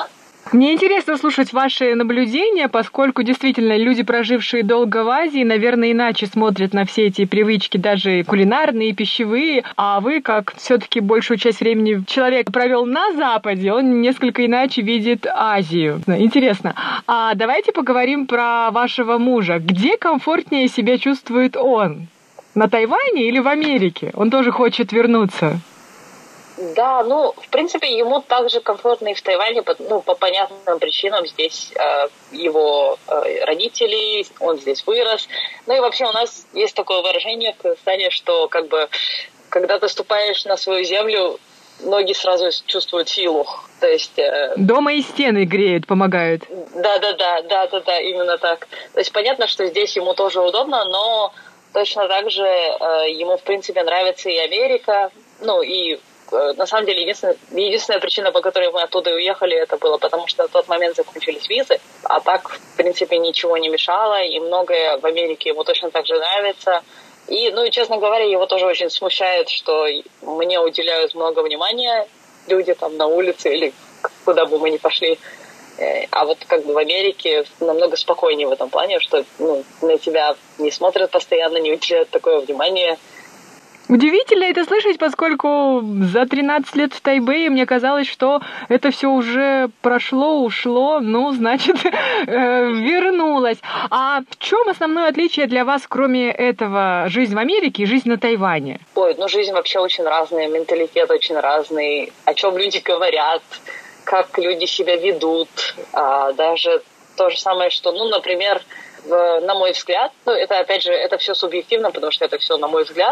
Мне интересно слушать ваши наблюдения, поскольку действительно люди, прожившие долго в Азии, наверное, иначе смотрят на все эти привычки, даже кулинарные, пищевые, а вы, как все-таки большую часть времени человек провел на Западе, он несколько иначе видит Азию. Интересно. А давайте поговорим про вашего мужа. Где комфортнее себя чувствует он? На Тайване или в Америке? Он тоже хочет вернуться. Да, в принципе, ему также комфортно и в Тайване, по понятным причинам. Здесь его родители, он здесь вырос. Ну и вообще у нас есть такое выражение в Казахстане, что как бы, когда ты ступаешь на свою землю, ноги сразу чувствуют силу. То есть... Дома и стены греют, помогают. Да, именно так. То есть понятно, что здесь ему тоже удобно, но точно так же ему, в принципе, нравится и Америка, и на самом деле, единственная причина, по которой мы оттуда уехали, это было потому, что в тот момент закончились визы, а так, в принципе, ничего не мешало, и многое в Америке ему точно так же нравится. И, честно говоря, его тоже очень смущает, что мне уделяют много внимания люди там на улице или куда бы мы ни пошли. А вот как бы в Америке намного спокойнее в этом плане, что на тебя не смотрят постоянно, не уделяют такое внимание. Удивительно это слышать, поскольку за 13 лет в Тайбэе мне казалось, что это все уже прошло, ушло, значит, вернулось. А в чем основное отличие для вас, кроме этого, жизнь в Америке и жизнь на Тайване? Жизнь вообще очень разная, менталитет очень разный, о чем люди говорят, как люди себя ведут, даже то же самое, что, например, на мой взгляд, это опять же, это все субъективно, потому что это все на мой взгляд.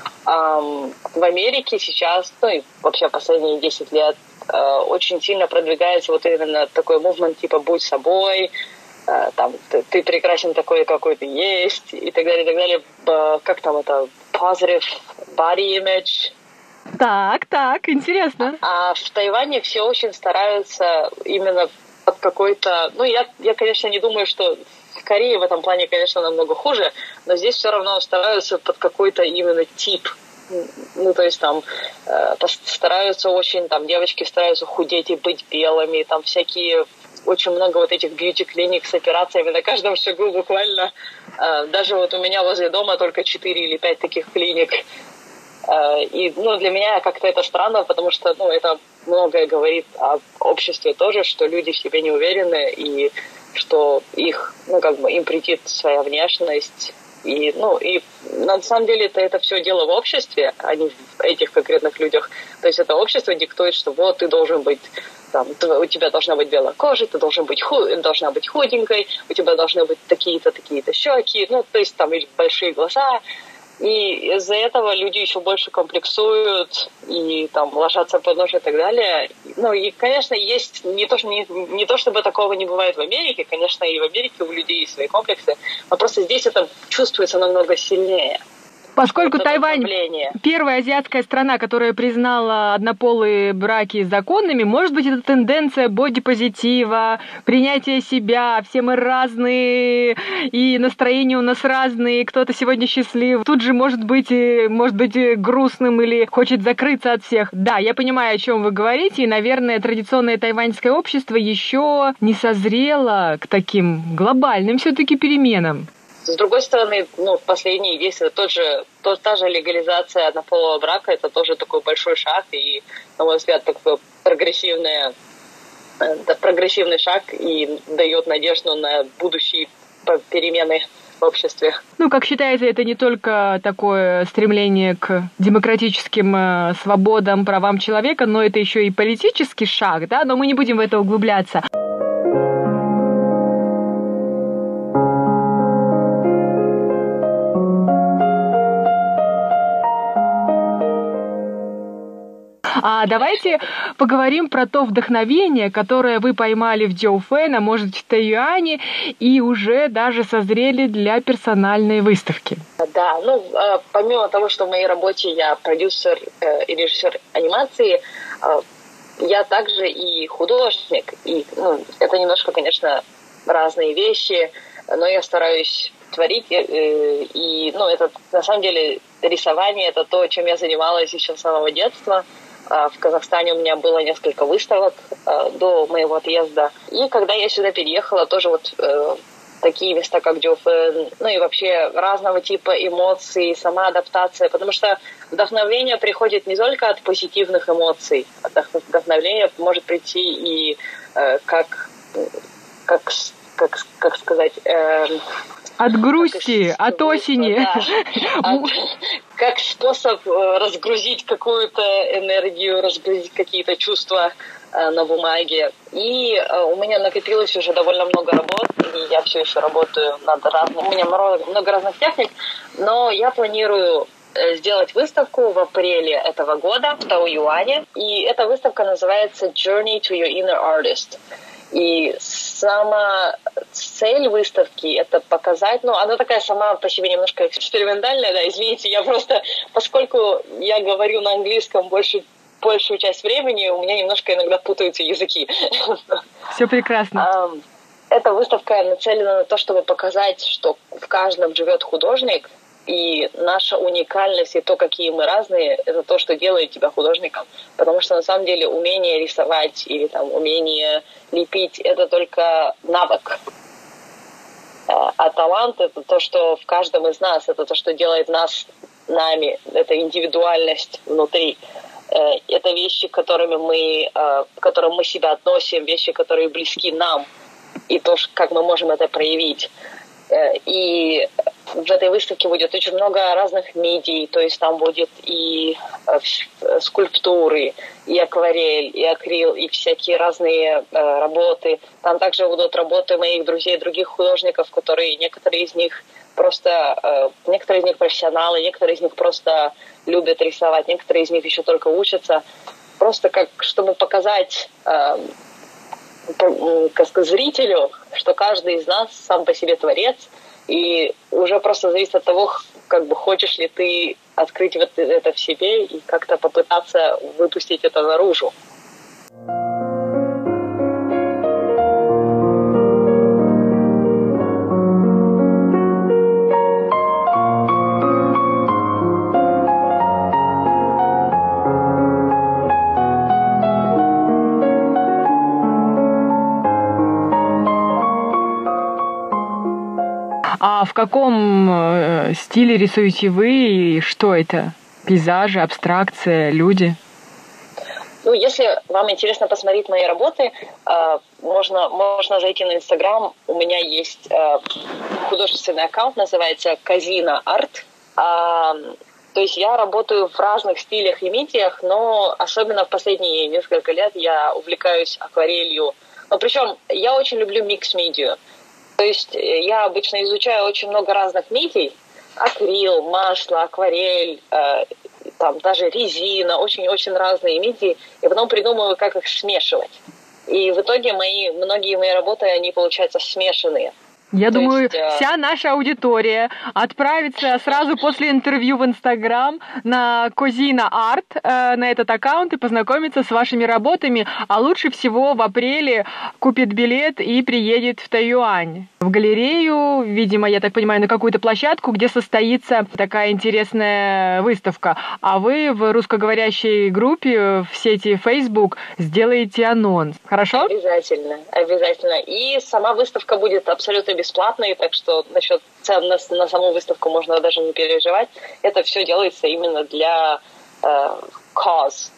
В Америке сейчас, и вообще последние 10 лет, очень сильно продвигается вот именно такой мувмент, типа «будь собой», там, ты прекрасен такой, какой ты есть, и так далее, и так далее. Как там это? Positive body image. Так, интересно. А в Тайване все очень стараются именно под какой-то... я, конечно, не думаю, что в Корее в этом плане, конечно, намного хуже, но здесь все равно стараются под какой-то именно тип. То есть там стараются очень, там девочки стараются худеть и быть белыми, там всякие, очень много вот этих бьюти-клиник с операциями на каждом шагу буквально. Даже вот у меня возле дома только 4 или 5 таких клиник. И, для меня как-то это странно, потому что, это многое говорит об обществе тоже, что люди в себе не уверены, и что их, им претит своя внешность. И на самом деле это все дело в обществе, а не в этих конкретных людях. То есть это общество диктует, что вот ты должен быть, у тебя должна быть белая кожа, ты должна быть худенькой, у тебя должны быть такие-то щеки, то есть там большие глаза. И из-за этого люди еще больше комплексуют и там ложатся под нож и так далее. И, конечно, есть не то, чтобы такого не бывает в Америке. Конечно, и в Америке у людей есть свои комплексы. Но просто здесь это чувствуется намного сильнее. Поскольку Тайвань первая азиатская страна, которая признала однополые браки законными, может быть, это тенденция бодипозитива, принятия себя, все мы разные, и настроения у нас разные, кто-то сегодня счастлив, тут же может быть грустным или хочет закрыться от всех. Да, я понимаю, о чем вы говорите, и, наверное, традиционное тайваньское общество еще не созрело к таким глобальным все-таки переменам. С другой стороны, в последние 10 лет та же легализация однополого брака, это тоже такой большой шаг, и, на мой взгляд, такой прогрессивный шаг и дает надежду на будущие перемены в обществе. Как считается, это не только такое стремление к демократическим свободам, правам человека, но это еще и политический шаг, да? Но мы не будем в это углубляться. А давайте поговорим про то вдохновение, которое вы поймали в Джоуфэн, а может в Тайюане, и уже даже созрели для персональной выставки. Да, помимо того, что в моей работе я продюсер и режиссер анимации, я также и художник. И это немножко, конечно, разные вещи, но я стараюсь творить. И это на самом деле рисование — это то, чем я занималась еще с самого детства. В Казахстане у меня было несколько выставок до моего отъезда. И когда я сюда переехала, тоже вот такие места, как Дёфен, ну и вообще разного типа эмоций, сама адаптация, потому что вдохновение приходит не только от позитивных эмоций, вдохновение может прийти и как сказать... От грусти, от осени. Да. Как способ разгрузить какую-то энергию, разгрузить какие-то чувства на бумаге. И у меня накопилось уже довольно много работ, и я все еще работаю над разным. У меня много разных техник, но я планирую сделать выставку в апреле этого года в Таоюане. И эта выставка называется Journey to Your Inner Artist. И сама цель выставки — это показать, ну, она такая сама по себе немножко экспериментальная, да, извините, я просто, поскольку я говорю на английском большую часть времени, у меня немножко иногда путаются языки. Все прекрасно. Эта выставка нацелена на то, чтобы показать, что в каждом живет художник, и наша уникальность и то, какие мы разные, это то, что делает тебя художником. Потому что на самом деле умение рисовать или там умение лепить — это только навык. А талант — это то, что в каждом из нас, это то, что делает нас нами, это индивидуальность внутри. Это вещи, к которым мы себя относим, вещи, которые близки нам, и то, как мы можем это проявить. И в этой выставке будет очень много разных медий, то есть там будет и скульптуры, и акварель, и акрил, и всякие разные работы. Там также будут работы моих друзей, других художников, которые некоторые из них профессионалы, некоторые из них просто любят рисовать, некоторые из них еще только учатся. Просто как, чтобы показать зрителю, что каждый из нас сам по себе творец, и уже просто зависит от того, как бы хочешь ли ты открыть вот это в себе и как-то попытаться выпустить это наружу. А в каком стиле рисуете вы и что это? Пейзажи, абстракция, люди? Ну, если вам интересно посмотреть мои работы, можно зайти на Инстаграм. У меня есть художественный аккаунт, называется Казина Арт. То есть я работаю в разных стилях и медиях, но особенно в последние несколько лет я увлекаюсь акварелью. Но причем я очень люблю микс-медиа. То есть я обычно изучаю очень много разных медий. Акрил, масло, акварель, там даже резина, очень-очень разные медии. И потом придумываю, как их смешивать. И в итоге многие мои работы, они получаются смешанные. Я думаю, вся наша аудитория отправится сразу после интервью в Инстаграм на Казина Арт, на этот аккаунт, и познакомится с вашими работами, а лучше всего в апреле купит билет и приедет в Таоюань, в галерею, видимо, я так понимаю, на какую-то площадку, где состоится такая интересная выставка. А вы в русскоговорящей группе в сети Facebook сделаете анонс. Хорошо? Обязательно. И сама выставка будет абсолютно бесплатные, так что насчет цен на саму выставку можно даже не переживать. Это все делается именно для cause,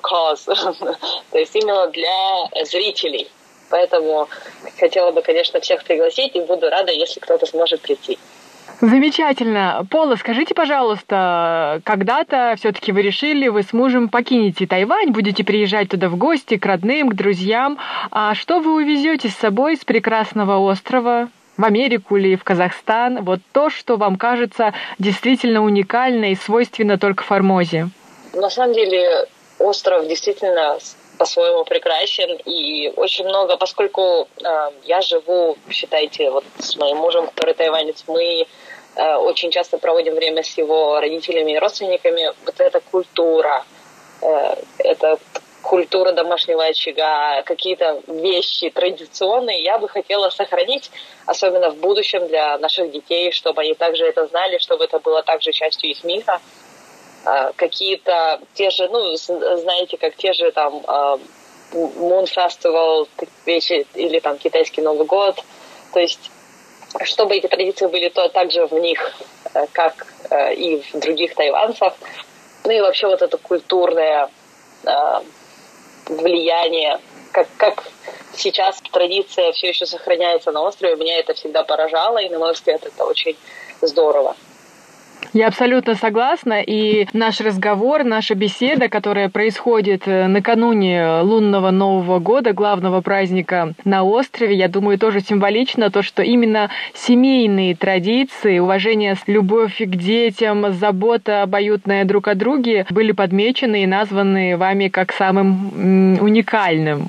то есть именно для зрителей. Поэтому хотела бы, конечно, всех пригласить, и буду рада, если кто-то сможет прийти. Замечательно. Пола, скажите, пожалуйста, когда-то все-таки вы с мужем покинете Тайвань, будете приезжать туда в гости, к родным, к друзьям. А что вы увезете с собой с прекрасного острова? В Америку или в Казахстан, вот то, что вам кажется действительно уникально и свойственно только Формозе? На самом деле остров действительно по-своему прекрасен, и очень много, поскольку я живу, считайте, вот с моим мужем, который тайванец, мы очень часто проводим время с его родителями и родственниками. Вот эта культура, это культура домашнего очага, какие-то вещи традиционные я бы хотела сохранить, особенно в будущем для наших детей, чтобы они также это знали, чтобы это было также частью их мира. какие-то те же, знаете, как те же там Moon Festival вещи или там китайский Новый год. То есть, чтобы эти традиции были также в них, как и в других тайванцах. Ну и вообще вот это культурное влияние, как сейчас традиция все еще сохраняется на острове, меня это всегда поражало, и, на мой взгляд, это очень здорово. Я абсолютно согласна, и наш разговор, наша беседа, которая происходит накануне лунного Нового года, главного праздника на острове, я думаю, тоже символично то, что именно семейные традиции, уважение, любовь к детям, забота обоюдная друг о друге были подмечены и названы вами как самым уникальным.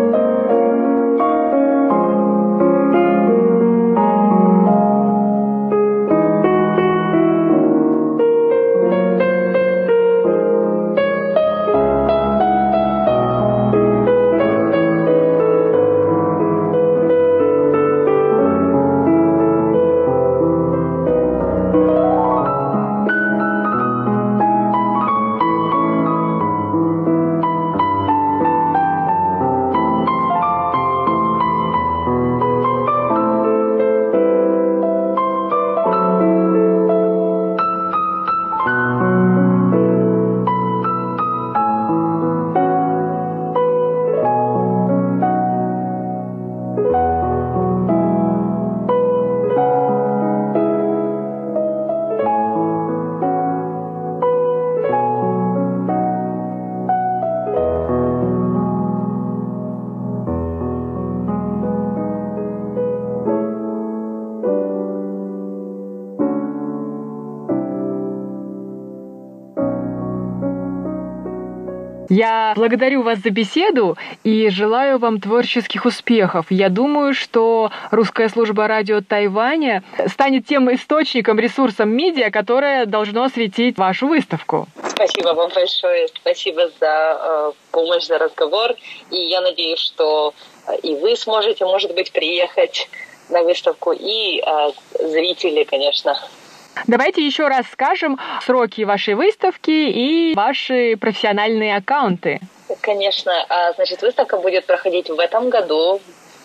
Я благодарю вас за беседу и желаю вам творческих успехов. Я думаю, что русская служба радио Тайваня станет тем источником, ресурсом медиа, которое должно осветить вашу выставку. Спасибо вам большое. Спасибо за помощь, за разговор. И я надеюсь, что и вы сможете, может быть, приехать на выставку, и зрители, конечно. Давайте еще раз скажем сроки вашей выставки и ваши профессиональные аккаунты. Конечно. Значит, выставка будет проходить в этом году,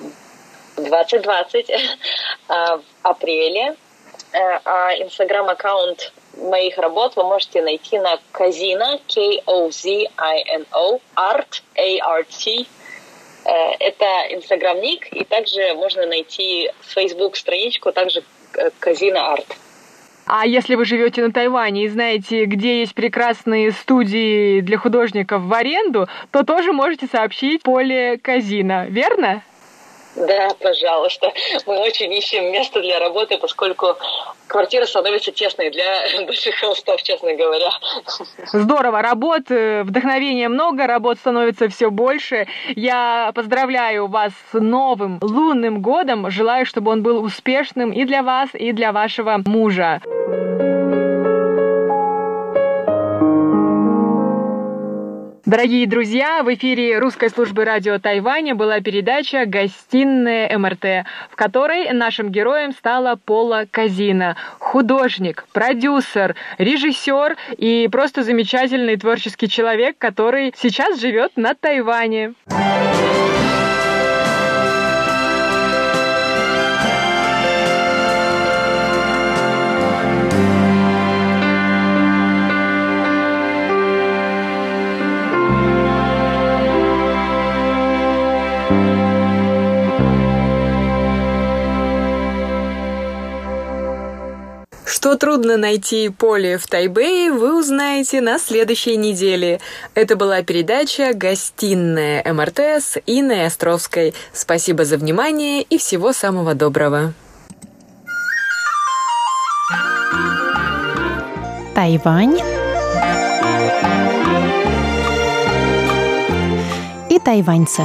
2020, в апреле. Инстаграм-аккаунт моих работ вы можете найти на Kozino, Kozino, Art, A-R-T. Это инстаграм-ник, и также можно найти Facebook-страничку, также Kozino Art. А если вы живете на Тайване и знаете, где есть прекрасные студии для художников в аренду, то тоже можете сообщить поле Kozino, верно? Да, пожалуйста. Мы очень ищем место для работы, поскольку квартира становится тесной для больших холстов, честно говоря. Здорово. Работ, вдохновения много, работ становится все больше. Я поздравляю вас с Новым лунным годом. Желаю, чтобы он был успешным и для вас, и для вашего мужа. Дорогие друзья, в эфире русской службы радио Тайваня была передача «Гостиная МРТ», в которой нашим героем стала Пола Kozino. Художник, продюсер, режиссер и просто замечательный творческий человек, который сейчас живет на Тайване. Что трудно найти поле в Тайбэе, вы узнаете на следующей неделе. Это была передача «Гостиная МРТ» с Инной Островской. Спасибо за внимание и всего самого доброго. Тайвань и тайваньцы.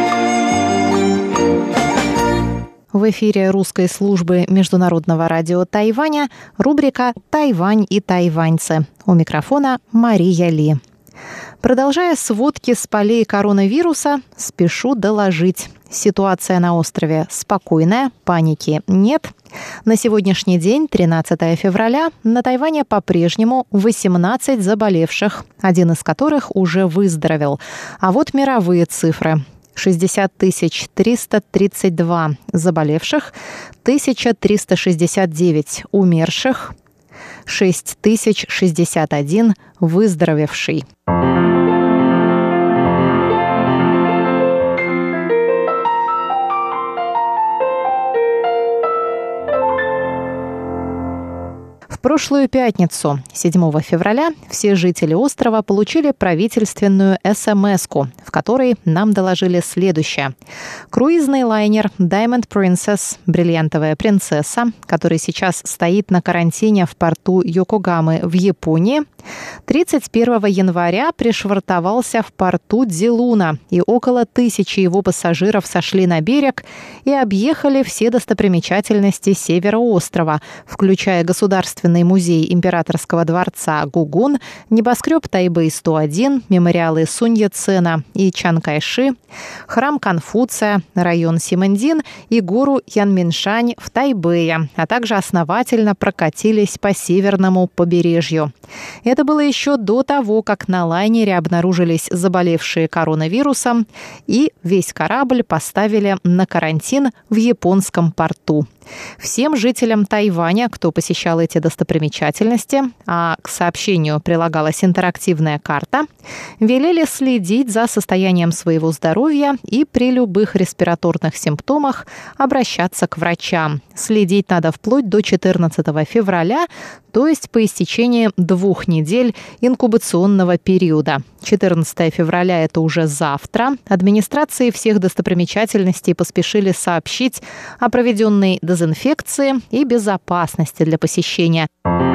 В эфире русской службы Международного радио Тайваня рубрика «Тайвань и тайваньцы». У микрофона Мария Ли. Продолжая сводки с полей коронавируса, спешу доложить. Ситуация на острове спокойная, паники нет. На сегодняшний день, 13 февраля, на Тайване по-прежнему 18 заболевших, один из которых уже выздоровел. А вот мировые цифры. 60 332 заболевших, 1369 умерших, 6061 выздоровевший. В прошлую пятницу, 7 февраля, все жители острова получили правительственную СМС-ку, в которой нам доложили следующее. Круизный лайнер Diamond Princess, бриллиантовая принцесса, который сейчас стоит на карантине в порту Йокогамы в Японии, 31 января пришвартовался в порту Дзилуна, и около 1000 его пассажиров сошли на берег и объехали все достопримечательности севера острова, включая Государственный музей императорского дворца Гугун, небоскреб Тайбэй-101, мемориалы Сунь Яцена и Чан Кайши, храм Конфуция, район Симэндин и гору Янминшань в Тайбэе, а также основательно прокатились по северному побережью. Это было еще до того, как на лайнере обнаружились заболевшие коронавирусом, и весь корабль поставили на карантин в японском порту. Всем жителям Тайваня, кто посещал эти достопримечательности, а к сообщению прилагалась интерактивная карта, велели следить за состоянием своего здоровья и при любых респираторных симптомах обращаться к врачам. Следить надо вплоть до 14 февраля, то есть по истечении 2 недель инкубационного периода. 14 февраля – это уже завтра. Администрации всех достопримечательностей поспешили сообщить о проведенной дезинфекции и безопасности для посещения.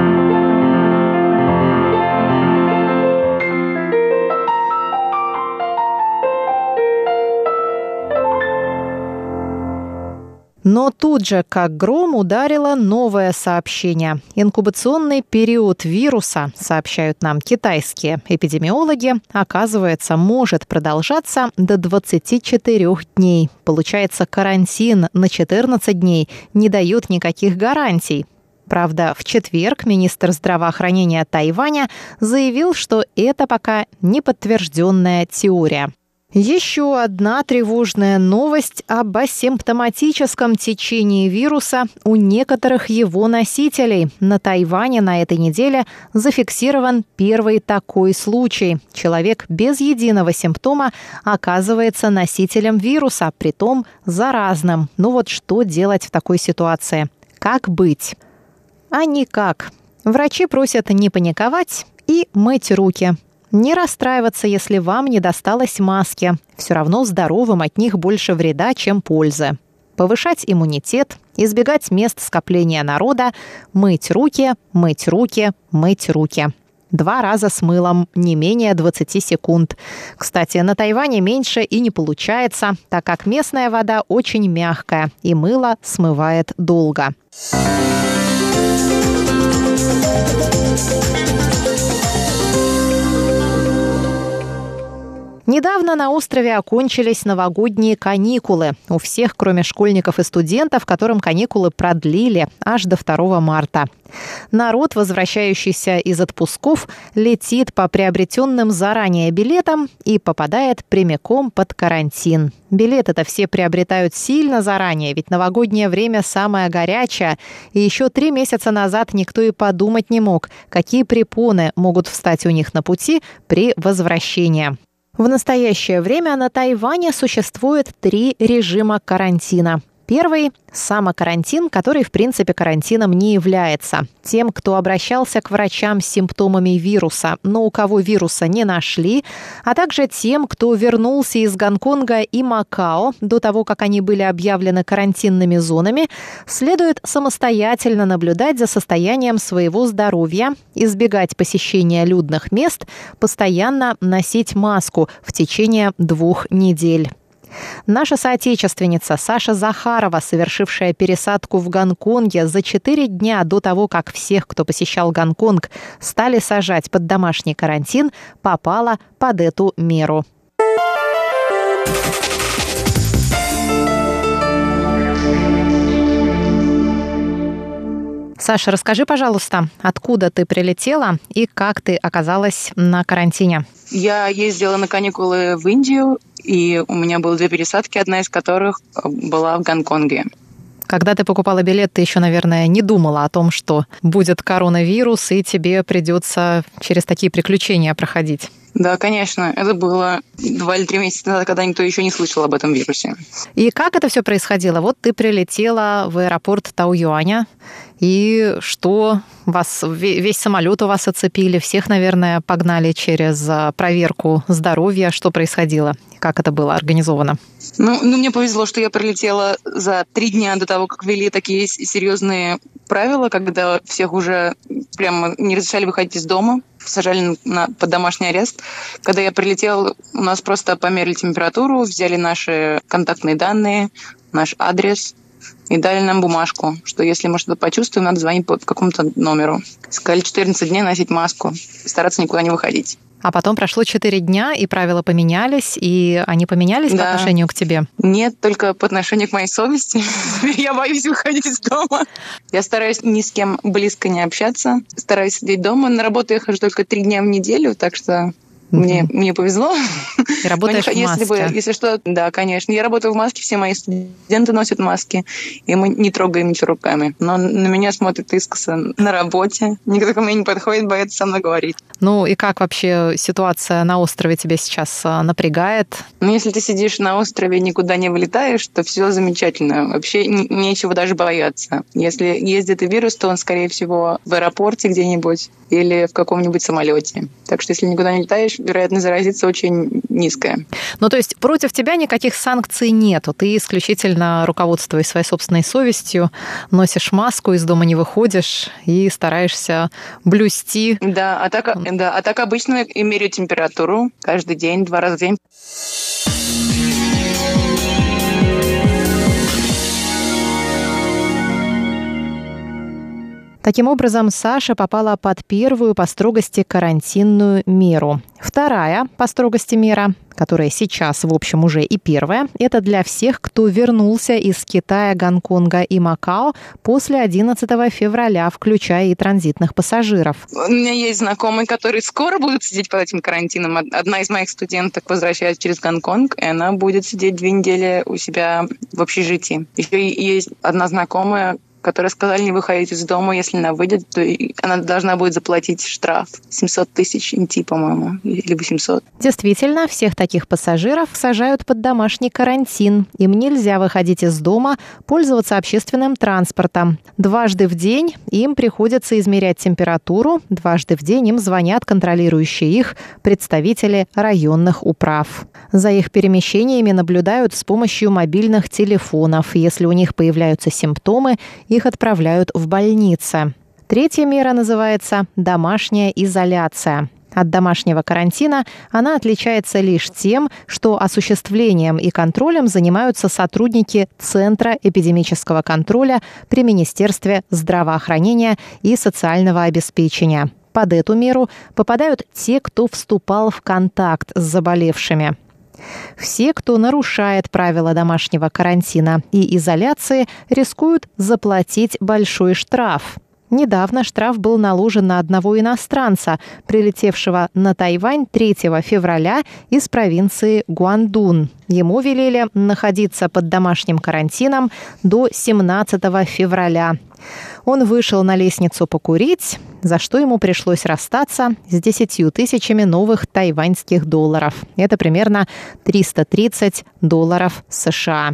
Но тут же, как гром, ударило новое сообщение. Инкубационный период вируса, сообщают нам китайские эпидемиологи, оказывается, может продолжаться до 24 дней. Получается, карантин на 14 дней не дает никаких гарантий. Правда, в четверг министр здравоохранения Тайваня заявил, что это пока не подтвержденная теория. Еще одна тревожная новость об асимптоматическом течении вируса у некоторых его носителей. На Тайване на этой неделе зафиксирован первый такой случай. Человек без единого симптома оказывается носителем вируса, притом заразным. Ну вот что делать в такой ситуации? Как быть? А никак. Врачи просят не паниковать и мыть руки. Не расстраиваться, если вам не досталось маски. Все равно здоровым от них больше вреда, чем пользы. Повышать иммунитет, избегать мест скопления народа, мыть руки, мыть руки, мыть руки. 2 раза с мылом, не менее 20 секунд. Кстати, на Тайване меньше и не получается, так как местная вода очень мягкая, и мыло смывает долго. Недавно на острове окончились новогодние каникулы. У всех, кроме школьников и студентов, которым каникулы продлили аж до 2 марта. Народ, возвращающийся из отпусков, летит по приобретенным заранее билетам и попадает прямиком под карантин. Билеты-то все приобретают сильно заранее, ведь новогоднее время самое горячее. И еще 3 месяца назад никто и подумать не мог, какие препоны могут встать у них на пути при возвращении. В настоящее время на Тайване существует 3 режима карантина. Первый – самокарантин, который, в принципе, карантином не является. Тем, кто обращался к врачам с симптомами вируса, но у кого вируса не нашли, а также тем, кто вернулся из Гонконга и Макао до того, как они были объявлены карантинными зонами, следует самостоятельно наблюдать за состоянием своего здоровья, избегать посещения людных мест, постоянно носить маску в течение 2 недель. Наша соотечественница Саша Захарова, совершившая пересадку в Гонконге за 4 дня до того, как всех, кто посещал Гонконг, стали сажать под домашний карантин, попала под эту меру. Саша, расскажи, пожалуйста, откуда ты прилетела и как ты оказалась на карантине? Я ездила на каникулы в Индию, и у меня было 2 пересадки, одна из которых была в Гонконге. Когда ты покупала билет, ты еще, наверное, не думала о том, что будет коронавирус, и тебе придется через такие приключения проходить. Да, конечно. Это было 2 или 3 месяца назад, когда никто еще не слышал об этом вирусе. И как это все происходило? Вот ты прилетела в аэропорт Таоюаня, и что? Весь самолет у вас оцепили, всех, наверное, погнали через проверку здоровья. Что происходило? Как это было организовано? Ну, мне повезло, что я прилетела за 3 дня до того, как ввели такие серьезные правила, когда всех уже прямо не разрешали выходить из дома, сажали под домашний арест. Когда я прилетела, у нас просто померили температуру, взяли наши контактные данные, наш адрес и дали нам бумажку, что если мы что-то почувствуем, надо звонить по какому-то номеру. Сказали 14 дней носить маску, стараться никуда не выходить. А потом прошло 4 дня, и правила поменялись, и они поменялись по отношению к тебе? Нет, только по отношению к моей совести. Я боюсь выходить из дома. Я стараюсь ни с кем близко не общаться, стараюсь сидеть дома. На работу я хожу только 3 дня в неделю, так что мне повезло. И работаешь в маске? Если что, да, конечно. Я работаю в маске, все мои студенты носят маски, и мы не трогаем ничего руками. Но на меня смотрят искоса на работе. Никто ко мне не подходит, боится со мной говорить. Ну и как вообще ситуация на острове тебя сейчас напрягает? Ну, если ты сидишь на острове и никуда не вылетаешь, то все замечательно. Вообще нечего даже бояться. Если ездит и вирус, то он, скорее всего, в аэропорте где-нибудь или в каком-нибудь самолете. Так что если никуда не летаешь, вероятность заразиться очень низкая. Ну, то есть против тебя никаких санкций нету. Ты исключительно, руководствуясь своей собственной совестью, носишь маску, из дома не выходишь и стараешься блюсти. Да, а так обычно я меряю температуру каждый день, 2 раза в день. Таким образом, Саша попала под первую по строгости карантинную меру. Вторая по строгости мера, которая сейчас, в общем, уже и первая, это для всех, кто вернулся из Китая, Гонконга и Макао после 11 февраля, включая и транзитных пассажиров. У меня есть знакомые, которые скоро будут сидеть под этим карантином. Одна из моих студенток возвращается через Гонконг, и она будет сидеть 2 недели у себя в общежитии. Еще есть одна знакомая, которые сказали не выходить из дома, если она выйдет, то она должна будет заплатить штраф 700 тысяч НТ, по-моему, или 800. Действительно, всех таких пассажиров сажают под домашний карантин. Им нельзя выходить из дома, пользоваться общественным транспортом. 2 в день им приходится измерять температуру, 2 в день им звонят контролирующие их представители районных управ. За их перемещениями наблюдают с помощью мобильных телефонов. Если у них появляются симптомы, их отправляют в больницы. 3-я мера называется «домашняя изоляция». От домашнего карантина она отличается лишь тем, что осуществлением и контролем занимаются сотрудники Центра эпидемического контроля при Министерстве здравоохранения и социального обеспечения. Под эту меру попадают те, кто вступал в контакт с заболевшими. Все, кто нарушает правила домашнего карантина и изоляции, рискуют заплатить большой штраф. Недавно штраф был наложен на одного иностранца, прилетевшего на Тайвань 3 февраля из провинции Гуандун. Ему велели находиться под домашним карантином до 17 февраля. Он вышел на лестницу покурить, за что ему пришлось расстаться с 10 тысячами новых тайваньских долларов. Это примерно $330 США.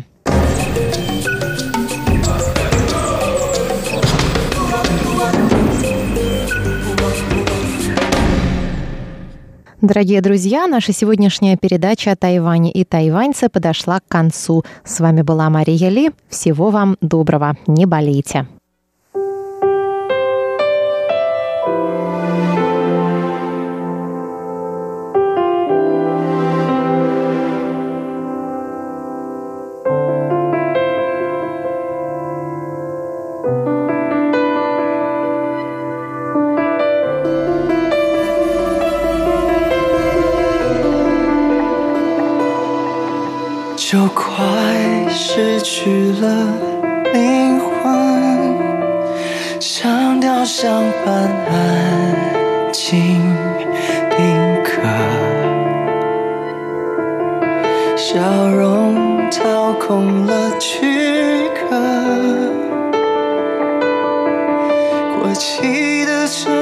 Дорогие друзья, наша сегодняшняя передача о Тайване и тайваньце подошла к концу. С вами была Мария Ли. Всего вам доброго. Не болейте. 就快失去了灵魂，像雕像般安静定格，笑容掏空了躯壳，过期的车